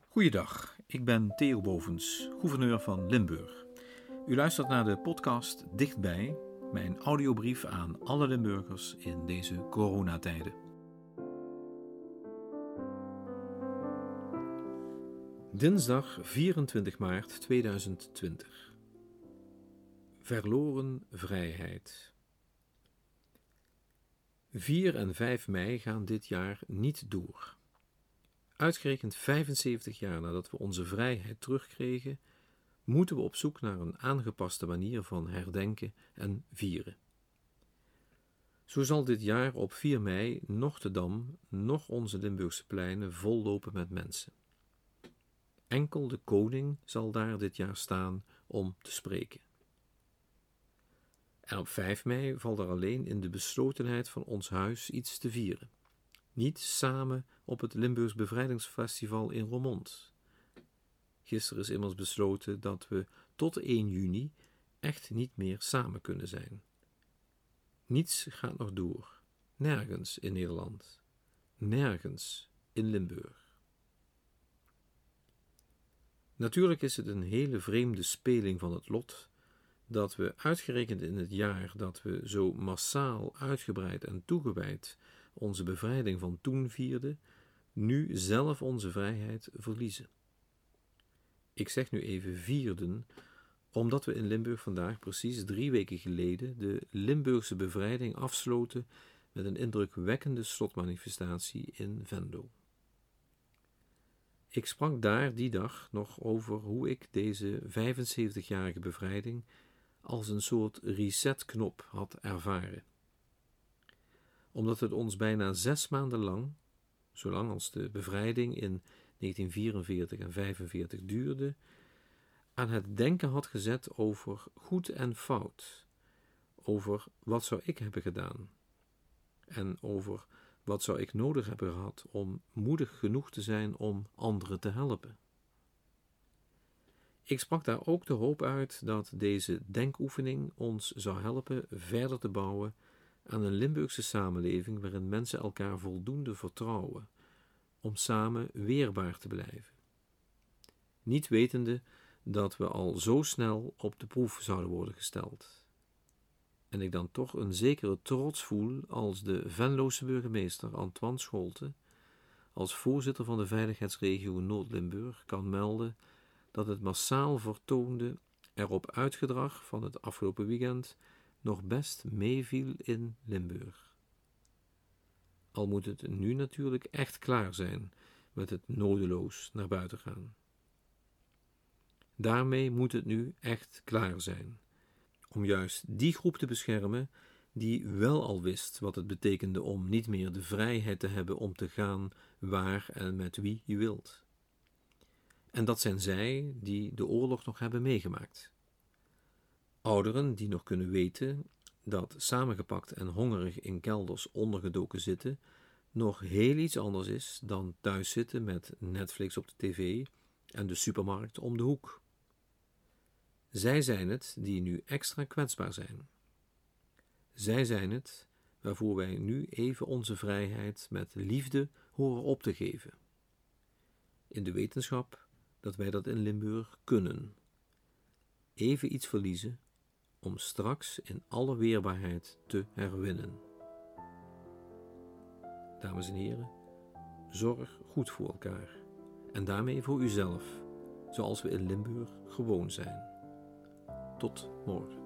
Goeiedag, ik ben Theo Bovens, gouverneur van Limburg. U luistert naar de podcast Dichtbij, mijn audiobrief aan alle Limburgers in deze coronatijden. Dinsdag 24 maart 2020. Verloren vrijheid. 4 en 5 mei gaan dit jaar niet door. Uitgerekend 75 jaar nadat we onze vrijheid terugkregen, moeten we op zoek naar een aangepaste manier van herdenken en vieren. Zo zal dit jaar op 4 mei noch de Dam, noch onze Limburgse pleinen vollopen met mensen. Enkel de koning zal daar dit jaar staan om te spreken. En op 5 mei valt er alleen in de beslotenheid van ons huis iets te vieren. Niet samen op het Limburgs Bevrijdingsfestival in Roermond. Gisteren is immers besloten dat we tot 1 juni echt niet meer samen kunnen zijn. Niets gaat nog door. Nergens in Nederland. Nergens in Limburg. Natuurlijk is het een hele vreemde speling van het lot dat we uitgerekend in het jaar dat we zo massaal, uitgebreid en toegewijd onze bevrijding van toen vierden, nu zelf onze vrijheid verliezen. Ik zeg nu even vierden, omdat we in Limburg vandaag precies 3 weken geleden de Limburgse bevrijding afsloten met een indrukwekkende slotmanifestatie in Venlo. Ik sprak daar die dag nog over hoe ik deze 75-jarige bevrijding als een soort resetknop had ervaren. Omdat het ons bijna 6 maanden lang, zolang als de bevrijding in 1944 en 1945 duurde, aan het denken had gezet over goed en fout, over wat zou ik hebben gedaan en over wat zou ik nodig hebben gehad om moedig genoeg te zijn om anderen te helpen. Ik sprak daar ook de hoop uit dat deze denkoefening ons zou helpen verder te bouwen aan een Limburgse samenleving waarin mensen elkaar voldoende vertrouwen om samen weerbaar te blijven. Niet wetende dat we al zo snel op de proef zouden worden gesteld. En ik dan toch een zekere trots voel als de Venlose burgemeester Antoine Scholte, als voorzitter van de veiligheidsregio Noord-Limburg, kan melden dat het massaal vertoonde erop uitgedrag van het afgelopen weekend nog best meeviel in Limburg. Al moet het nu natuurlijk echt klaar zijn met het nodeloos naar buiten gaan. Daarmee moet het nu echt klaar zijn, om juist die groep te beschermen die wel al wist wat het betekende om niet meer de vrijheid te hebben om te gaan waar en met wie je wilt. En dat zijn zij die de oorlog nog hebben meegemaakt. Ouderen die nog kunnen weten dat samengepakt en hongerig in kelders ondergedoken zitten nog heel iets anders is dan thuis zitten met Netflix op de tv en de supermarkt om de hoek. Zij zijn het die nu extra kwetsbaar zijn. Zij zijn het waarvoor wij nu even onze vrijheid met liefde horen op te geven. In de wetenschap dat wij dat in Limburg kunnen. Even iets verliezen om straks in alle weerbaarheid te herwinnen. Dames en heren, zorg goed voor elkaar en daarmee voor uzelf, zoals we in Limburg gewoon zijn. Tot morgen.